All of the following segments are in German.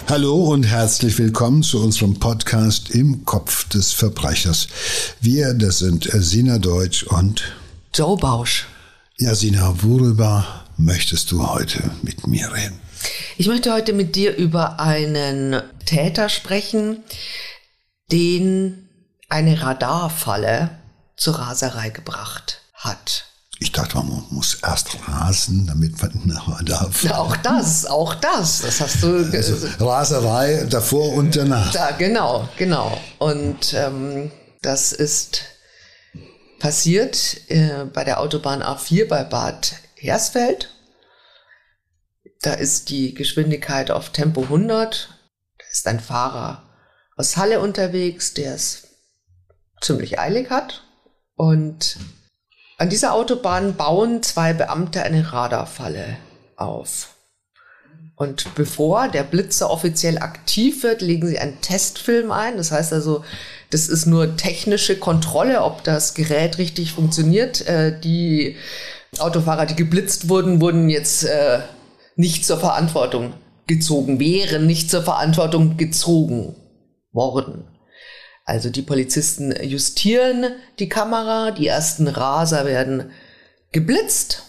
Hallo und herzlich willkommen zu unserem Podcast Im Kopf des Verbrechers. Wir, das sind Sina Deutsch und Joe Bausch. Ja, Sina, worüber möchtest du heute mit mir reden? Ich möchte heute mit dir über einen Täter sprechen, den eine Radarfalle zur Raserei gebracht hat. Ich dachte, man muss erst rasen, damit man nachher darf. Ja, auch das. Das hast du... Also Raserei davor und danach. Da, genau. Und das ist passiert bei der Autobahn A4 bei Bad Hersfeld. Da ist die Geschwindigkeit auf Tempo 100. Da ist ein Fahrer aus Halle unterwegs, der es ziemlich eilig hat. Und an dieser Autobahn bauen zwei Beamte eine Radarfalle auf. Und bevor der Blitzer offiziell aktiv wird, legen sie einen Testfilm ein. Das heißt also, das ist nur technische Kontrolle, ob das Gerät richtig funktioniert. Die Autofahrer, die geblitzt wurden, wurden jetzt nicht zur Verantwortung wären nicht zur Verantwortung gezogen worden. Also die Polizisten justieren die Kamera, die ersten Raser werden geblitzt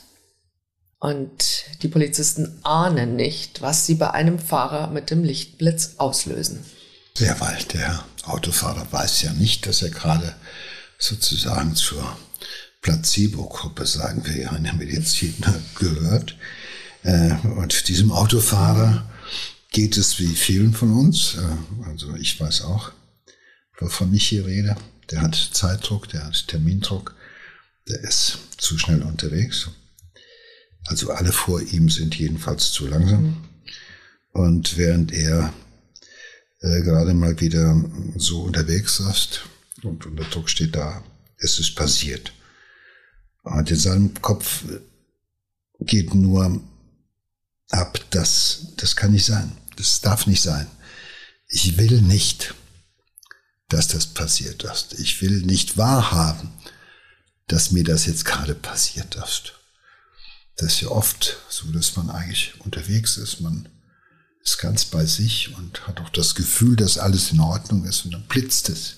und die Polizisten ahnen nicht, was sie bei einem Fahrer mit dem Lichtblitz auslösen. Ja, weil der Autofahrer weiß ja nicht, dass er gerade sozusagen zur Placebo-Gruppe, sagen wir ja in der Medizin, gehört. Und diesem Autofahrer geht es wie vielen von uns, also ich weiß auch, wovon ich hier rede, der hat Zeitdruck, der hat Termindruck, der ist zu schnell unterwegs. Also alle vor ihm sind jedenfalls zu langsam. Und während er gerade mal wieder so unterwegs ist und unter Druck steht, da ist es passiert. Und in seinem Kopf geht nur ab, das kann nicht sein, das darf nicht sein. Ich will nicht, dass das passiert ist. Ich will nicht wahrhaben, dass mir das jetzt gerade passiert ist. Das ist ja oft so, dass man eigentlich unterwegs ist, man ist ganz bei sich und hat auch das Gefühl, dass alles in Ordnung ist und dann blitzt es.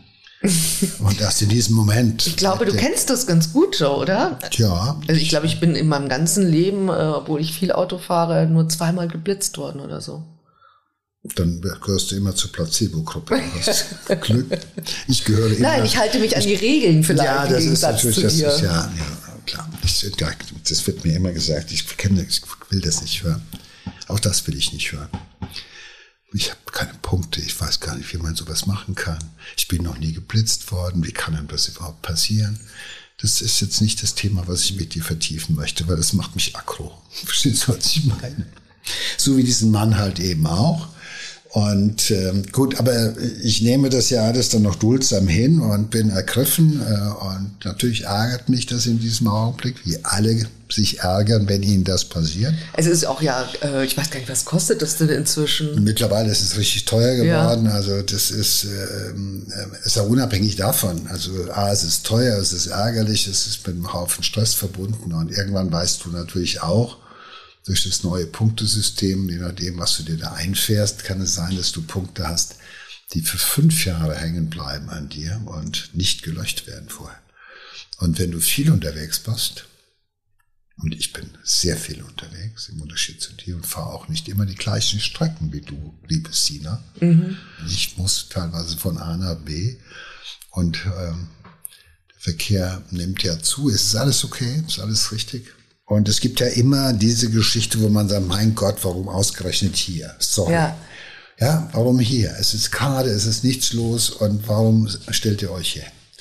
Und erst in diesem Moment. Ich glaube, du kennst das ganz gut, Joe, oder? Ja. Also ich glaube, ich bin in meinem ganzen Leben, obwohl ich viel Auto fahre, nur 2-mal geblitzt worden oder so. Dann gehörst du immer zur Placebo-Gruppe. Glück. Ich gehöre immer. Nein, ich halte mich an die Regeln vielleicht. Ja, das im ist Gegensatz natürlich, zu dir. das ist ja klar. Das wird mir immer gesagt. Ich will das nicht hören. Auch das will ich nicht hören. Ich habe keine Punkte. Ich weiß gar nicht, wie man sowas machen kann. Ich bin noch nie geblitzt worden. Wie kann denn das überhaupt passieren? Das ist jetzt nicht das Thema, was ich mit dir vertiefen möchte, weil das macht mich aggro. Verstehst du, was ich meine? So wie diesen Mann halt eben auch. Und gut, aber ich nehme das ja alles dann noch duldsam hin und bin ergriffen. Und natürlich ärgert mich das in diesem Augenblick, wie alle sich ärgern, wenn ihnen das passiert. Es ist auch ich weiß gar nicht, was kostet das denn inzwischen? Mittlerweile ist es richtig teuer geworden. Ja. Also das ist ja unabhängig davon. Also es ist teuer, es ist ärgerlich, es ist mit einem Haufen Stress verbunden. Und irgendwann weißt du natürlich auch, durch das neue Punktesystem, je nachdem, was du dir da einfährst, kann es sein, dass du Punkte hast, die für 5 Jahre hängen bleiben an dir und nicht gelöscht werden vorher. Und wenn du viel unterwegs bist, und ich bin sehr viel unterwegs, im Unterschied zu dir, und fahre auch nicht immer die gleichen Strecken wie du, liebe Sina. Mhm. Ich muss teilweise von A nach B und der Verkehr nimmt ja zu. Es ist alles okay, ist alles richtig. Und es gibt ja immer diese Geschichte, wo man sagt, mein Gott, warum ausgerechnet hier? Sorry. Ja, warum hier? Es ist gerade, es ist nichts los und warum stellt ihr euch hier?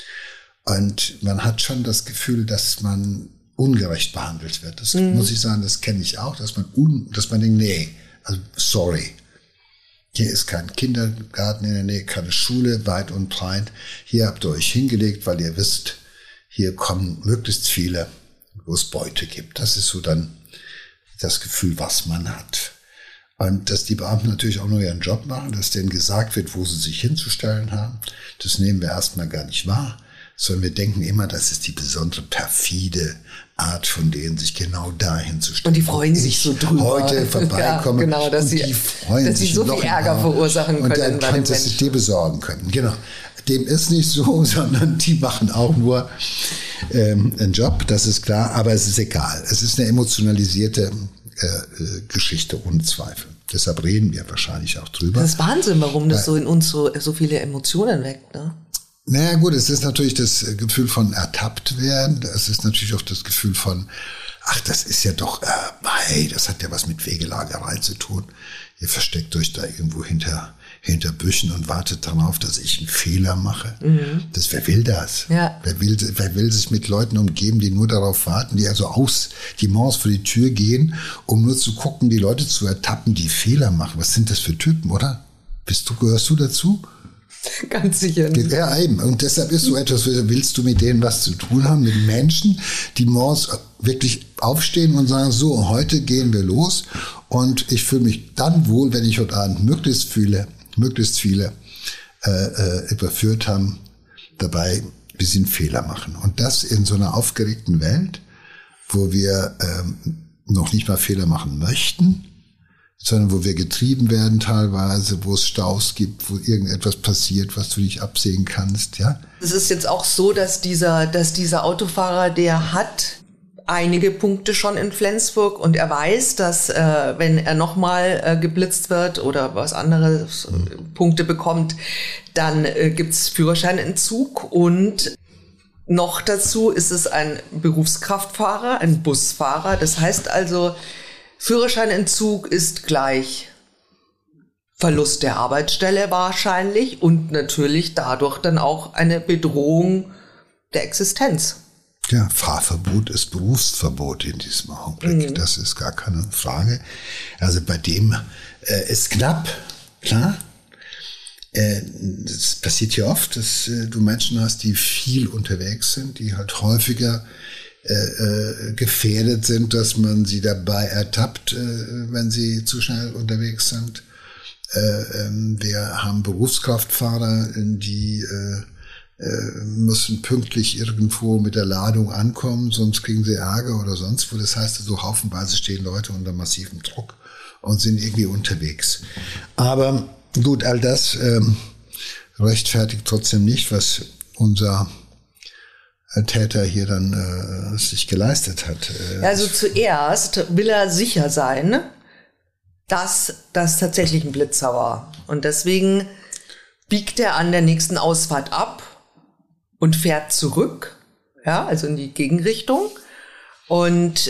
Und man hat schon das Gefühl, dass man ungerecht behandelt wird. Das muss ich sagen, das kenne ich auch, dass man denkt, nee, also sorry. Hier ist kein Kindergarten in der Nähe, keine Schule, weit und breit. Hier habt ihr euch hingelegt, weil ihr wisst, hier kommen möglichst viele, wo es Beute gibt. Das ist so dann das Gefühl, was man hat. Und dass die Beamten natürlich auch nur ihren Job machen, dass denen gesagt wird, wo sie sich hinzustellen haben, das nehmen wir erstmal gar nicht wahr. sondern wir denken immer, das ist die besondere perfide Art von denen, sich genau dahin zu stellen. Und die freuen sich so drüber. Heute vorbeikomme. Ja, genau, dass sie so viel Ärger verursachen können. Und dann kann sie dir besorgen können. Genau. Dem ist nicht so, sondern die machen auch nur einen Job, das ist klar, aber es ist egal. Es ist eine emotionalisierte Geschichte, ohne Zweifel. Deshalb reden wir wahrscheinlich auch drüber. Das ist Wahnsinn, warum das so in uns so viele Emotionen weckt, ne? Naja gut, es ist natürlich das Gefühl von ertappt werden. Es ist natürlich auch das Gefühl von, ach, das ist ja doch, hey, das hat ja was mit Wegelagerei zu tun. Ihr versteckt euch da irgendwo hinter Büschen und wartet darauf, dass ich einen Fehler mache. Mhm. Wer will das? Ja. Wer will sich mit Leuten umgeben, die nur darauf warten, die also die Maus vor die Tür gehen, um nur zu gucken, die Leute zu ertappen, die Fehler machen. Was sind das für Typen, oder? Gehörst du dazu? Ganz sicher nicht. Ja, eben. Und deshalb ist so etwas, willst du mit denen was zu tun haben, mit Menschen, die morgens wirklich aufstehen und sagen, so, heute gehen wir los und ich fühle mich dann wohl, wenn ich heute Abend möglichst viele überführt haben, dabei, wie sie einen Fehler machen. Und das in so einer aufgeregten Welt, wo wir noch nicht mal Fehler machen möchten, sondern wo wir getrieben werden teilweise, wo es Staus gibt, wo irgendetwas passiert, was du nicht absehen kannst, ja. Es ist jetzt auch so, dass dieser Autofahrer, der hat einige Punkte schon in Flensburg und er weiß, dass wenn er nochmal geblitzt wird oder was anderes Punkte bekommt, dann gibt's Führerscheinentzug und noch dazu ist es ein Berufskraftfahrer, ein Busfahrer. Das heißt also, Führerscheinentzug ist gleich Verlust der Arbeitsstelle wahrscheinlich und natürlich dadurch dann auch eine Bedrohung der Existenz. Ja, Fahrverbot ist Berufsverbot in diesem Augenblick. Mhm. Das ist gar keine Frage. Also bei dem ist knapp, klar. Das passiert ja oft, dass du Menschen hast, die viel unterwegs sind, die halt häufiger gefährdet sind, dass man sie dabei ertappt, wenn sie zu schnell unterwegs sind. Wir haben Berufskraftfahrer, die müssen pünktlich irgendwo mit der Ladung ankommen, sonst kriegen sie Ärger oder sonst wo. Das heißt, so haufenweise stehen Leute unter massivem Druck und sind irgendwie unterwegs. Aber gut, all das rechtfertigt trotzdem nicht, was unser Täter hier dann sich geleistet hat. Also zuerst will er sicher sein, dass das tatsächlich ein Blitzer war. Und deswegen biegt er an der nächsten Ausfahrt ab und fährt zurück, ja, also in die Gegenrichtung. Und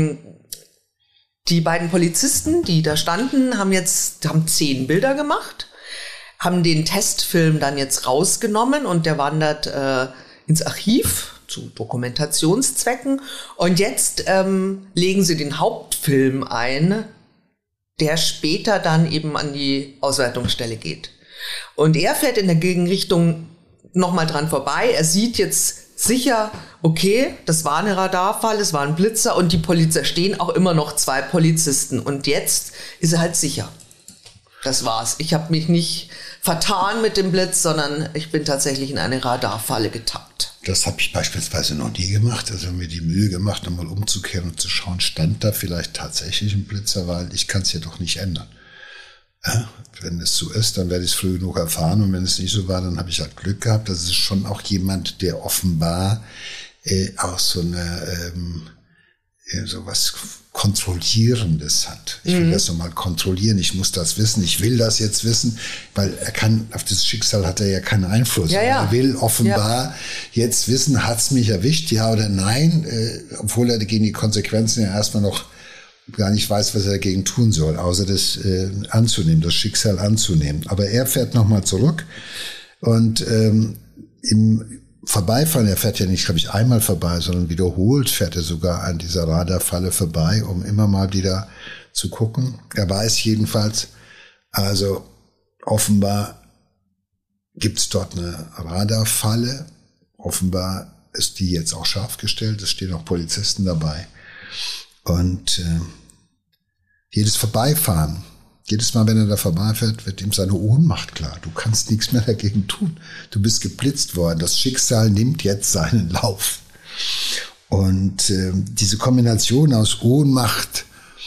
die beiden Polizisten, die da standen, haben 10 Bilder gemacht, haben den Testfilm dann jetzt rausgenommen und der wandert ins Archiv zu Dokumentationszwecken. Und jetzt legen sie den Hauptfilm ein, der später dann eben an die Auswertungsstelle geht. Und er fährt in der Gegenrichtung nochmal dran vorbei. Er sieht jetzt sicher, okay, das war ein Radarfall, es war ein Blitzer und die Polizei stehen auch immer noch 2 Polizisten. Und jetzt ist er halt sicher. Das war's. Ich habe mich nicht vertan mit dem Blitz, sondern ich bin tatsächlich in eine Radarfalle getappt. Das habe ich beispielsweise noch nie gemacht. Also mir die Mühe gemacht, einmal umzukehren und zu schauen, stand da vielleicht tatsächlich ein Blitzer, weil ich kann es ja doch nicht ändern. Ja, wenn es so ist, dann werde ich es früh genug erfahren und wenn es nicht so war, dann habe ich halt Glück gehabt. Das ist schon auch jemand, der offenbar auch so eine so was Kontrollierendes hat. Ich will das nochmal kontrollieren, ich muss das wissen, ich will das jetzt wissen, weil auf das Schicksal hat er ja keinen Einfluss. Ja, ja. Er will offenbar jetzt wissen, hat's mich erwischt, ja oder nein, obwohl er gegen die Konsequenzen ja erstmal noch gar nicht weiß, was er dagegen tun soll, außer das anzunehmen, das Schicksal anzunehmen. Aber er fährt nochmal zurück und im Vorbeifahren, er fährt ja nicht, glaube ich, einmal vorbei, sondern wiederholt fährt er sogar an dieser Radarfalle vorbei, um immer mal wieder zu gucken. Er weiß jedenfalls, also offenbar gibt es dort eine Radarfalle. Offenbar ist die jetzt auch scharf gestellt, es stehen auch Polizisten dabei. Und jedes Vorbeifahren Jedes Mal, wenn er da vorbeifährt, wird ihm seine Ohnmacht klar. Du kannst nichts mehr dagegen tun. Du bist geblitzt worden. Das Schicksal nimmt jetzt seinen Lauf. Und diese Kombination aus Ohnmacht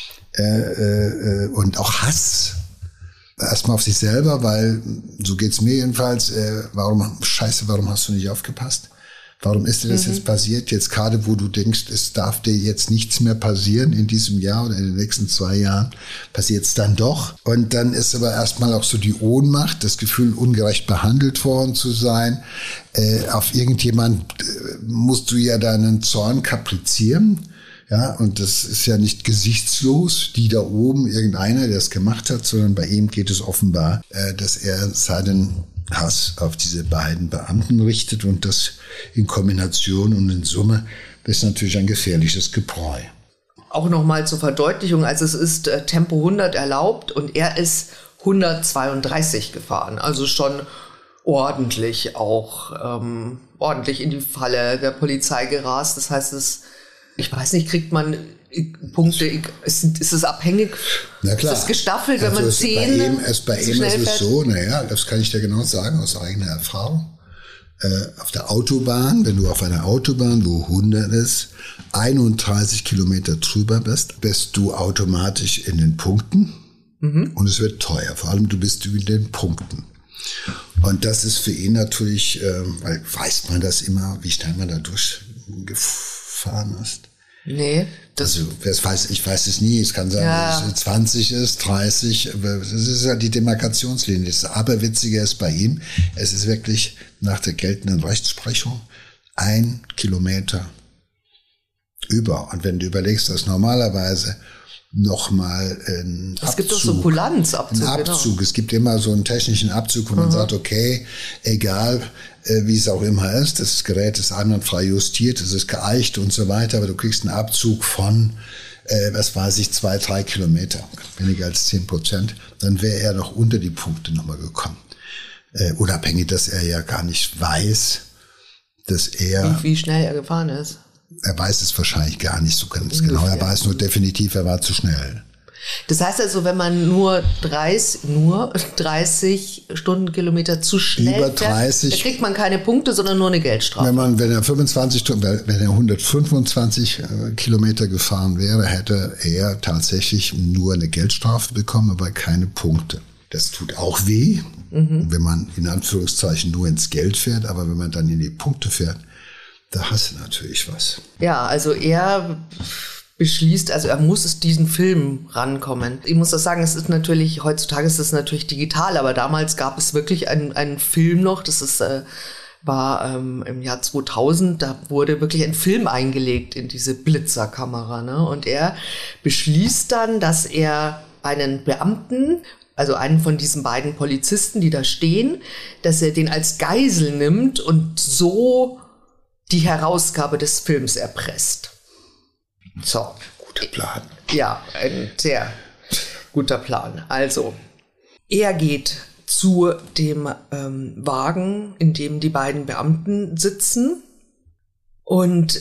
und auch Hass, erstmal auf sich selber, weil, so geht's mir jedenfalls, warum hast du nicht aufgepasst? Warum ist dir das jetzt passiert? Jetzt gerade, wo du denkst, es darf dir jetzt nichts mehr passieren in diesem Jahr oder in den nächsten 2 Jahren, passiert es dann doch. Und dann ist aber erstmal auch so die Ohnmacht, das Gefühl, ungerecht behandelt worden zu sein. Auf irgendjemand musst du ja deinen Zorn kaprizieren. Ja, und das ist ja nicht gesichtslos, die da oben, irgendeiner, der es gemacht hat, sondern bei ihm geht es offenbar, dass er seinen Hass auf diese beiden Beamten richtet und das in Kombination und in Summe ist natürlich ein gefährliches Gebräu. Auch nochmal zur Verdeutlichung, also es ist Tempo 100 erlaubt und er ist 132 gefahren, also schon ordentlich ordentlich in die Falle der Polizei gerast. Das heißt, ich weiß nicht, kriegt man Punkte, ist es abhängig? Na klar. Ist es gestaffelt, wenn man 10 bei ihm ist es so, das kann ich dir genau sagen, aus eigener Erfahrung. Auf der Autobahn, wenn du auf einer Autobahn, wo 100 ist, 31 Kilometer drüber bist du automatisch in den Punkten und es wird teuer. Vor allem, du bist in den Punkten. Und das ist für ihn natürlich, weil weiß man das immer, wie schnell man da durchgefahren ist. Nee. Ich weiß es nie. Es kann sein, dass es 20 ist, 30. Das ist ja die Demarkationslinie. Das Aberwitzige ist bei ihm, es ist wirklich nach der geltenden Rechtsprechung 1 Kilometer über. Und wenn du überlegst, dass normalerweise nochmal ein Abzug. Es gibt doch so Kulanzabzug. Genau. Es gibt immer so einen technischen Abzug, wo man sagt, okay, egal wie es auch immer ist, das Gerät ist einwandfrei justiert, es ist geeicht und so weiter, aber du kriegst einen Abzug von, 2-3 Kilometer, weniger als 10%, dann wäre er noch unter die Punkte nochmal gekommen. Unabhängig, dass er ja gar nicht weiß, dass er... Wie schnell er gefahren ist. Er weiß es wahrscheinlich gar nicht so ganz genau. Er weiß nur definitiv, er war zu schnell. Das heißt also, wenn man nur 30 Stundenkilometer zu schnell über 30, fährt, da kriegt man keine Punkte, sondern nur eine Geldstrafe. Wenn er 125 Kilometer gefahren wäre, hätte er tatsächlich nur eine Geldstrafe bekommen, aber keine Punkte. Das tut auch weh, wenn man in Anführungszeichen nur ins Geld fährt, aber wenn man dann in die Punkte fährt, da hast du natürlich was. Ja, also er beschließt, also er muss diesen Film rankommen. Ich muss das sagen, es ist natürlich, heutzutage ist es natürlich digital, aber damals gab es wirklich einen Film noch, das ist, war im Jahr 2000, da wurde wirklich ein Film eingelegt in diese Blitzerkamera, ne? Und er beschließt dann, dass er einen Beamten, also einen von diesen beiden Polizisten, die da stehen, dass er den als Geisel nimmt und so die Herausgabe des Films erpresst. So. Guter Plan. Ja, ein sehr guter Plan. Also, er geht zu dem Wagen, in dem die beiden Beamten sitzen und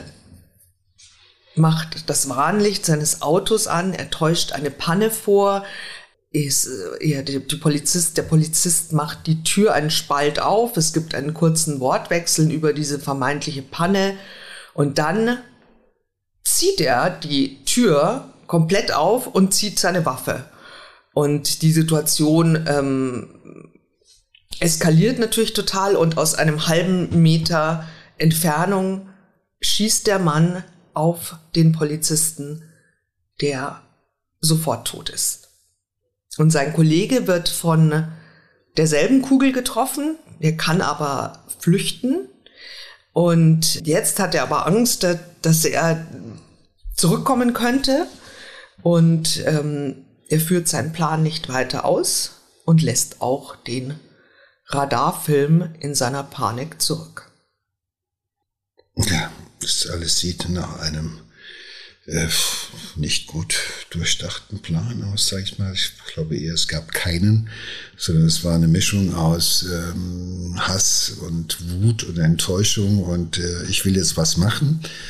macht das Warnlicht seines Autos an. Er täuscht eine Panne vor. Der Polizist macht die Tür einen Spalt auf. Es gibt einen kurzen Wortwechsel über diese vermeintliche Panne. Und dann zieht er die Tür komplett auf und zieht seine Waffe. Und die Situation eskaliert natürlich total. Und aus einem halben Meter Entfernung schießt der Mann auf den Polizisten, der sofort tot ist. Und sein Kollege wird von derselben Kugel getroffen, der kann aber flüchten. Und jetzt hat er aber Angst, dass er zurückkommen könnte. Und er führt seinen Plan nicht weiter aus und lässt auch den Radarfilm in seiner Panik zurück. Ja, das alles sieht nach einem nicht gut durchdachten Plan aus, sage ich mal. Ich glaube eher, es gab keinen, sondern es war eine Mischung aus Hass und Wut und Enttäuschung und ich will jetzt was machen.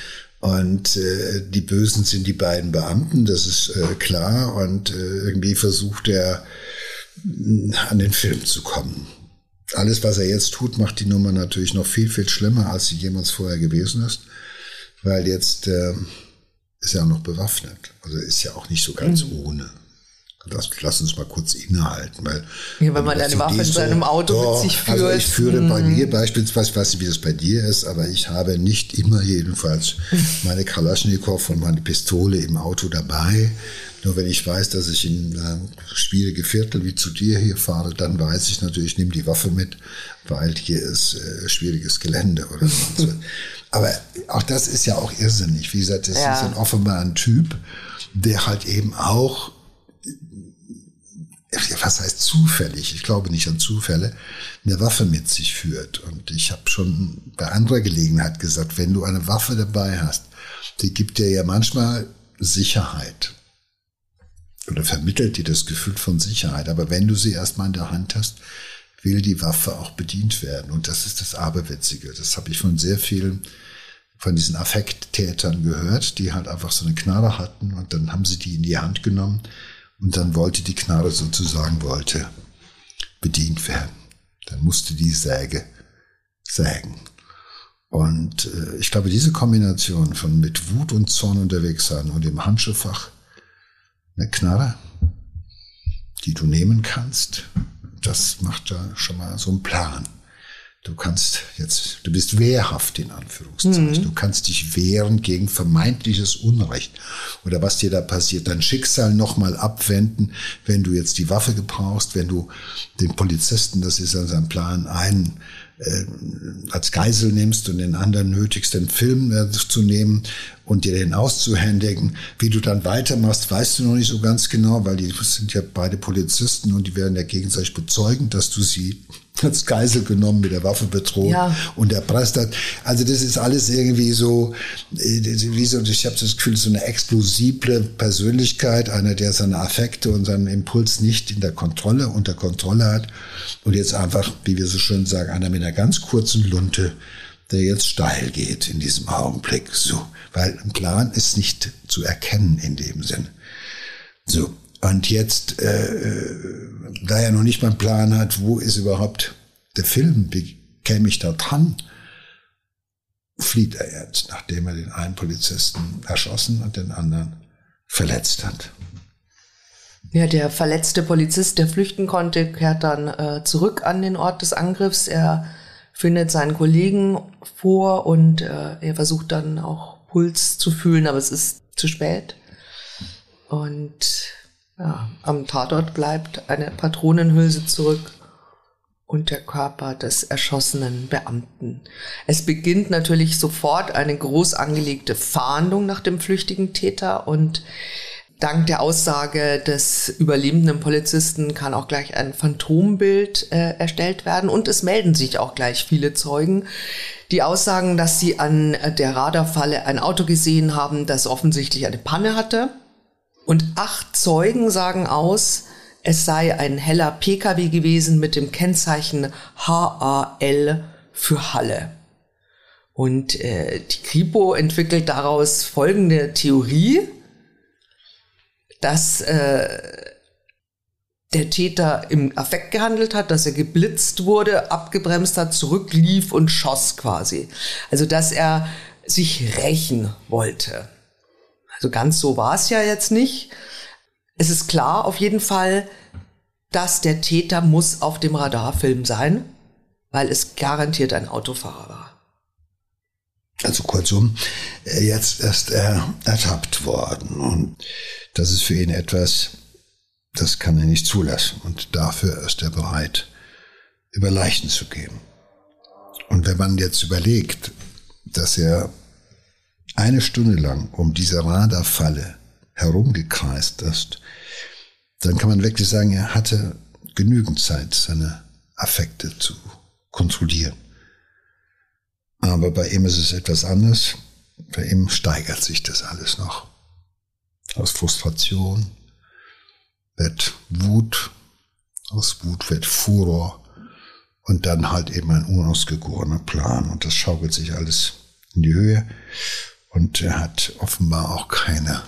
Und die Bösen sind die beiden Beamten, das ist klar. Und irgendwie versucht er, an den Film zu kommen. Alles, was er jetzt tut, macht die Nummer natürlich noch viel, viel schlimmer, als sie jemals vorher gewesen ist. Weil jetzt ist er auch noch bewaffnet. Also ist ja auch nicht so ganz ohne. Lass uns mal kurz innehalten. Weil, ja, wenn man eine Waffe in seinem Auto mit sich führt. Also ich führe bei mir beispielsweise, ich weiß nicht, wie das bei dir ist, aber ich habe nicht immer jedenfalls meine Kalaschnikow und meine Pistole im Auto dabei. Nur wenn ich weiß, dass ich in schwierige Viertel wie zu dir hier fahre, dann weiß ich natürlich, ich nehme die Waffe mit, weil hier ist schwieriges Gelände oder so. Aber auch das ist ja auch irrsinnig. Wie gesagt, das ist offenbar ein Typ, der halt eben auch, was heißt zufällig, ich glaube nicht an Zufälle, eine Waffe mit sich führt. Und ich habe schon bei anderer Gelegenheit gesagt, wenn du eine Waffe dabei hast, die gibt dir ja manchmal Sicherheit oder vermittelt dir das Gefühl von Sicherheit. Aber wenn du sie erstmal in der Hand hast, will die Waffe auch bedient werden. Und das ist das Aberwitzige. Das habe ich von sehr vielen von diesen Affekttätern gehört, die halt einfach so eine Knarre hatten und dann haben sie die in die Hand genommen. Und dann wollte die Knarre sozusagen bedient werden. Dann musste die Säge sägen. Und ich glaube, diese Kombination von mit Wut und Zorn unterwegs sein und im Handschuhfach eine Knarre, die du nehmen kannst, das macht da schon mal so einen Plan. Du bist wehrhaft in Anführungszeichen. Du kannst dich wehren gegen vermeintliches Unrecht oder was dir da passiert. Dein Schicksal nochmal abwenden, wenn du jetzt die Waffe gebrauchst, wenn du den Polizisten, das ist an seinem Plan, einen als Geisel nimmst und den anderen nötigst, den Film zu nehmen und dir den auszuhändigen. Wie du dann weitermachst, weißt du noch nicht so ganz genau, weil die sind ja beide Polizisten und die werden ja gegenseitig bezeugen, dass du sie als Geisel genommen, mit der Waffe bedroht und erpresst hat. Also das ist alles irgendwie so, ich habe das Gefühl, so eine explosible Persönlichkeit, einer, der seine Affekte und seinen Impuls nicht unter Kontrolle hat und jetzt einfach, wie wir so schön sagen, einer mit einer ganz kurzen Lunte, der jetzt steil geht in diesem Augenblick. So, weil ein Plan ist nicht zu erkennen in dem Sinn. So. Und jetzt, da er noch nicht mal einen Plan hat, wo ist überhaupt der Film, wie käme ich da dran, flieht er jetzt, nachdem er den einen Polizisten erschossen und den anderen verletzt hat. Ja, der verletzte Polizist, der flüchten konnte, kehrt dann zurück an den Ort des Angriffs. Er findet seinen Kollegen vor und er versucht dann auch Puls zu fühlen, aber es ist zu spät. Und ja, am Tatort bleibt eine Patronenhülse zurück und der Körper des erschossenen Beamten. Es beginnt natürlich sofort eine groß angelegte Fahndung nach dem flüchtigen Täter und dank der Aussage des überlebenden Polizisten kann auch gleich ein Phantombild erstellt werden und es melden sich auch gleich viele Zeugen, die aussagen, dass sie an der Radarfalle ein Auto gesehen haben, das offensichtlich eine Panne hatte. Und 8 Zeugen sagen aus, es sei ein heller PKW gewesen mit dem Kennzeichen HAL für Halle. Und die Kripo entwickelt daraus folgende Theorie, dass der Täter im Affekt gehandelt hat, dass er geblitzt wurde, abgebremst hat, zurücklief und schoss quasi. Also dass er sich rächen wollte. Also ganz so war es ja jetzt nicht. Es ist klar auf jeden Fall, dass der Täter muss auf dem Radarfilm sein, weil es garantiert ein Autofahrer war. Also kurzum, jetzt ist er ertappt worden und das ist für ihn etwas, das kann er nicht zulassen und dafür ist er bereit, über Leichen zu gehen. Und wenn man jetzt überlegt, dass er 1 Stunde lang um diese Radarfalle herumgekreist ist, dann kann man wirklich sagen, er hatte genügend Zeit, seine Affekte zu kontrollieren. Aber bei ihm ist es etwas anders. Bei ihm steigert sich das alles noch. Aus Frustration wird Wut, aus Wut wird Furor und dann halt eben ein unausgegorener Plan. Und das schaukelt sich alles in die Höhe. Und er hat offenbar auch keine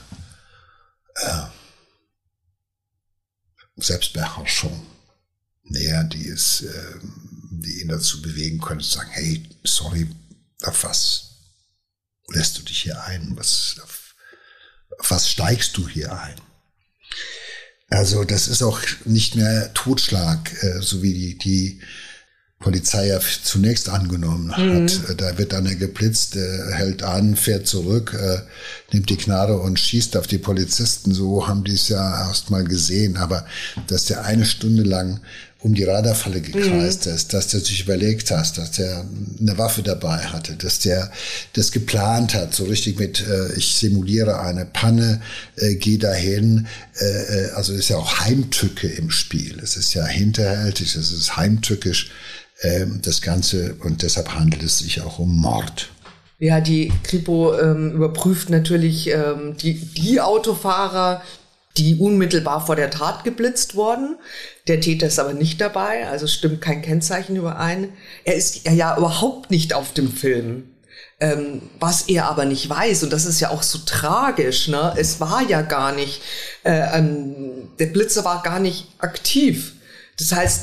Selbstbeherrschung mehr, die ihn dazu bewegen könnte, zu sagen, hey, sorry, auf was lässt du dich hier ein? Auf was steigst du hier ein? Also das ist auch nicht mehr Totschlag, so wie die Polizei ja zunächst angenommen hat. Da wird einer geblitzt, hält an, fährt zurück, nimmt die Knarre und schießt auf die Polizisten. So haben die es ja erst mal gesehen. Aber dass der eine Stunde lang um die Radarfalle gekreist ist, dass der sich überlegt hat, dass der eine Waffe dabei hatte, dass der das geplant hat, so richtig mit, ich simuliere eine Panne, gehe dahin, also ist ja auch Heimtücke im Spiel. Es ist ja hinterhältig, es ist heimtückisch, das Ganze, und deshalb handelt es sich auch um Mord. Ja, die Kripo überprüft natürlich die Autofahrer, die unmittelbar vor der Tat geblitzt wurden. Der Täter ist aber nicht dabei, also stimmt kein Kennzeichen überein. Er ist ja überhaupt nicht auf dem Film. Was er aber nicht weiß, und das ist ja auch so tragisch, ne? Es war ja gar nicht, der Blitzer war gar nicht aktiv. Das heißt,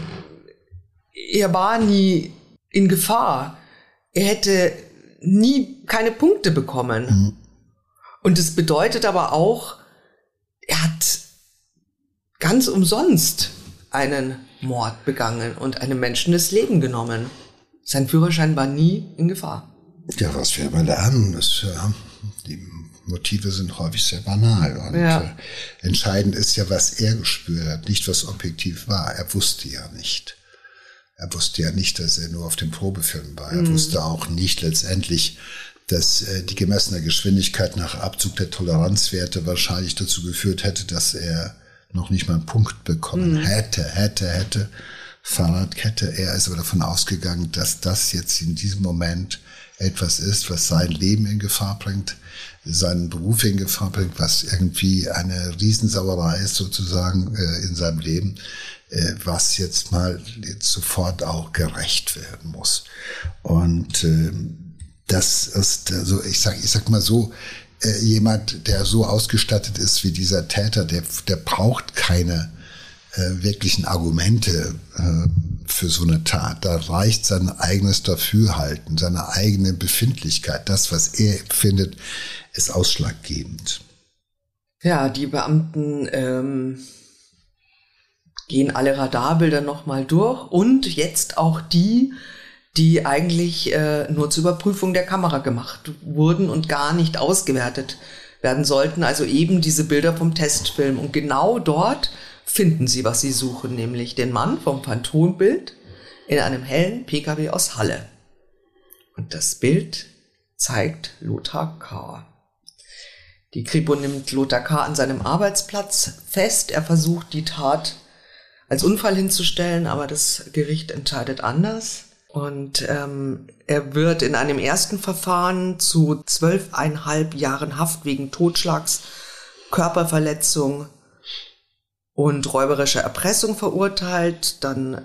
er war nie in Gefahr. Er hätte nie keine Punkte bekommen. Und das bedeutet aber auch, er hat ganz umsonst einen Mord begangen und einem Menschen das Leben genommen. Sein Führerschein war nie in Gefahr. Ja, was wir aber lernen, ist, die Motive sind häufig sehr banal. Und entscheidend ist ja, was er gespürt hat, nicht was objektiv war. Er wusste ja nicht. Er wusste ja nicht, dass er nur auf dem Probefilm war. Er wusste auch nicht letztendlich, dass die gemessene Geschwindigkeit nach Abzug der Toleranzwerte wahrscheinlich dazu geführt hätte, dass er noch nicht mal einen Punkt bekommen hätte. Fahrradkette. Er ist aber davon ausgegangen, dass das jetzt in diesem Moment etwas ist, was sein Leben in Gefahr bringt, seinen Beruf in Gefahr bringt, was irgendwie eine Riesensauerei ist sozusagen in seinem Leben, was jetzt sofort auch gerecht werden muss. Und das ist, also ich sag mal so, jemand, der so ausgestattet ist wie dieser Täter, der braucht keine wirklichen Argumente für so eine Tat. Da reicht sein eigenes Dafürhalten, seine eigene Befindlichkeit. Das, was er findet, ist ausschlaggebend. Ja, die Beamten gehen alle Radarbilder nochmal durch und jetzt auch die eigentlich nur zur Überprüfung der Kamera gemacht wurden und gar nicht ausgewertet werden sollten. Also eben diese Bilder vom Testfilm. Und genau dort finden sie, was sie suchen, nämlich den Mann vom Phantombild in einem hellen PKW aus Halle. Und das Bild zeigt Lothar K. Die Kripo nimmt Lothar K. an seinem Arbeitsplatz fest. Er versucht, die Tat als Unfall hinzustellen, aber das Gericht entscheidet anders. Und er wird in einem ersten Verfahren zu 12,5 Jahren Haft wegen Totschlags, Körperverletzung und räuberischer Erpressung verurteilt. Dann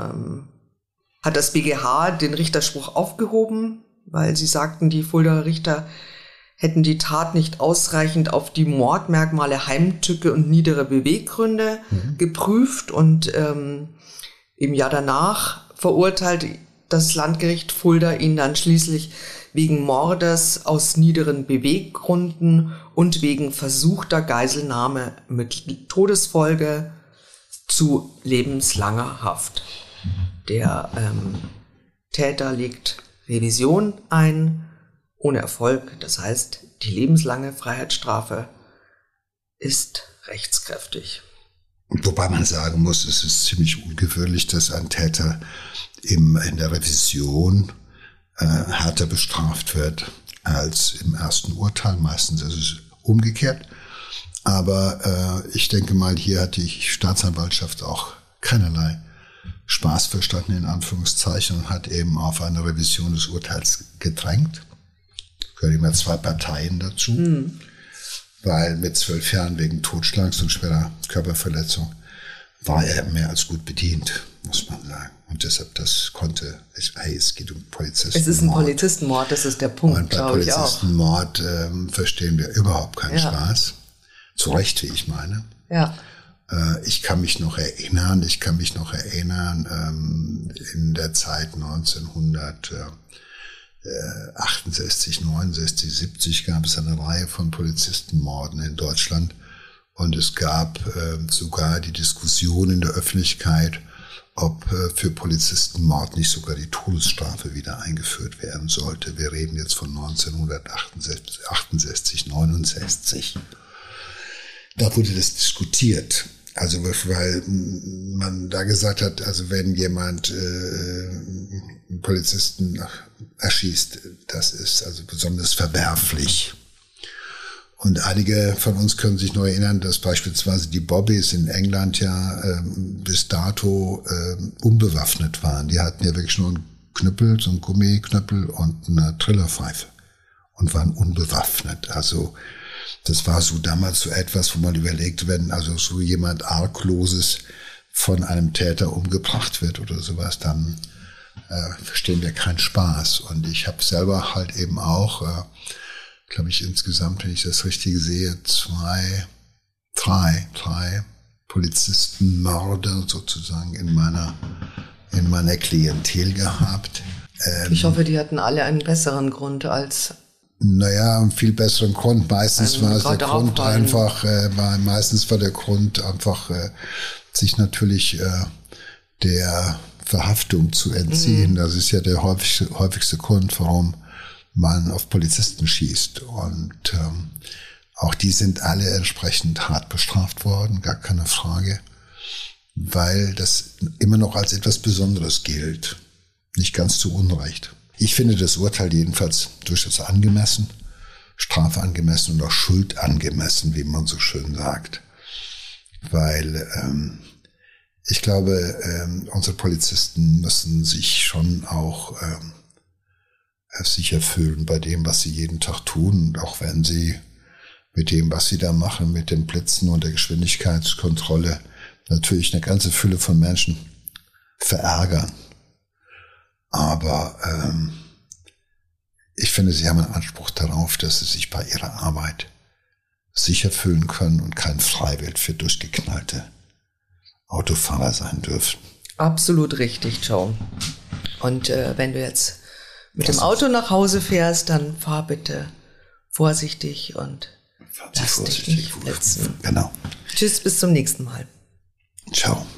hat das BGH den Richterspruch aufgehoben, weil sie sagten, die Fuldaer Richter hätten die Tat nicht ausreichend auf die Mordmerkmale Heimtücke und niedere Beweggründe geprüft. Und im Jahr danach verurteilt das Landgericht Fulda ihn dann schließlich wegen Mordes aus niederen Beweggründen und wegen versuchter Geiselnahme mit Todesfolge zu lebenslanger Haft. Der Täter legt Revision ein, ohne Erfolg. Das heißt, die lebenslange Freiheitsstrafe ist rechtskräftig. Wobei man sagen muss, es ist ziemlich ungewöhnlich, dass ein Täter in der Revision härter bestraft wird als im ersten Urteil. Meistens ist es umgekehrt. Aber ich denke mal, hier hat die Staatsanwaltschaft auch keinerlei Spaß verstanden, in Anführungszeichen, und hat eben auf eine Revision des Urteils gedrängt. Gehören immer 2 Parteien dazu. Weil mit 12 Jahren wegen Totschlags und schwerer Körperverletzung war er mehr als gut bedient, muss man sagen. Und deshalb, es geht um Polizistenmord. Es ist ein Polizistenmord, das ist der Punkt, glaube ich auch. Und bei Polizistenmord verstehen wir überhaupt keinen Spaß. Zu Recht, wie ich meine. Ja. Ich kann mich noch erinnern, in der Zeit 1968, 69, 70 gab es eine Reihe von Polizistenmorden in Deutschland. Und es gab sogar die Diskussion in der Öffentlichkeit, ob für Polizistenmord nicht sogar die Todesstrafe wieder eingeführt werden sollte. Wir reden jetzt von 1968, 69. Da wurde das diskutiert. Also weil man da gesagt hat, also wenn jemand einen Polizisten erschießt, das ist also besonders verwerflich. Und einige von uns können sich noch erinnern, dass beispielsweise die Bobbys in England ja bis dato unbewaffnet waren. Die hatten ja wirklich nur einen Knüppel, so einen Gummiknüppel und eine Trillerpfeife und waren unbewaffnet. Also das war so damals so etwas, wo man überlegt, wenn also so jemand Argloses von einem Täter umgebracht wird oder sowas, dann verstehen wir keinen Spaß. Und ich habe selber halt eben auch, glaube ich, insgesamt, wenn ich das richtig sehe, drei Polizistenmorde sozusagen in meiner Klientel gehabt. Ich hoffe, die hatten alle einen besseren Grund als... Naja, einen viel besseren Grund. Meistens war der Grund einfach, sich natürlich der Verhaftung zu entziehen. Das ist ja der häufigste Grund, warum man auf Polizisten schießt. Und auch die sind alle entsprechend hart bestraft worden, gar keine Frage, weil das immer noch als etwas Besonderes gilt. Nicht ganz zu Unrecht. Ich finde das Urteil jedenfalls durchaus angemessen, strafangemessen und auch schuldangemessen, wie man so schön sagt. Weil ich glaube, unsere Polizisten müssen sich schon auch sicher fühlen bei dem, was sie jeden Tag tun. Und auch wenn sie mit dem, was sie da machen, mit den Blitzen und der Geschwindigkeitskontrolle, natürlich eine ganze Fülle von Menschen verärgern. Aber ich finde, sie haben einen Anspruch darauf, dass sie sich bei ihrer Arbeit sicher fühlen können und kein Freiwild für durchgeknallte Autofahrer sein dürfen. Absolut richtig, Joe. Und wenn du jetzt mit dem Auto nach Hause fährst, dann fahr bitte vorsichtig und lass dich nicht blitzen. Genau. Tschüss, bis zum nächsten Mal. Ciao.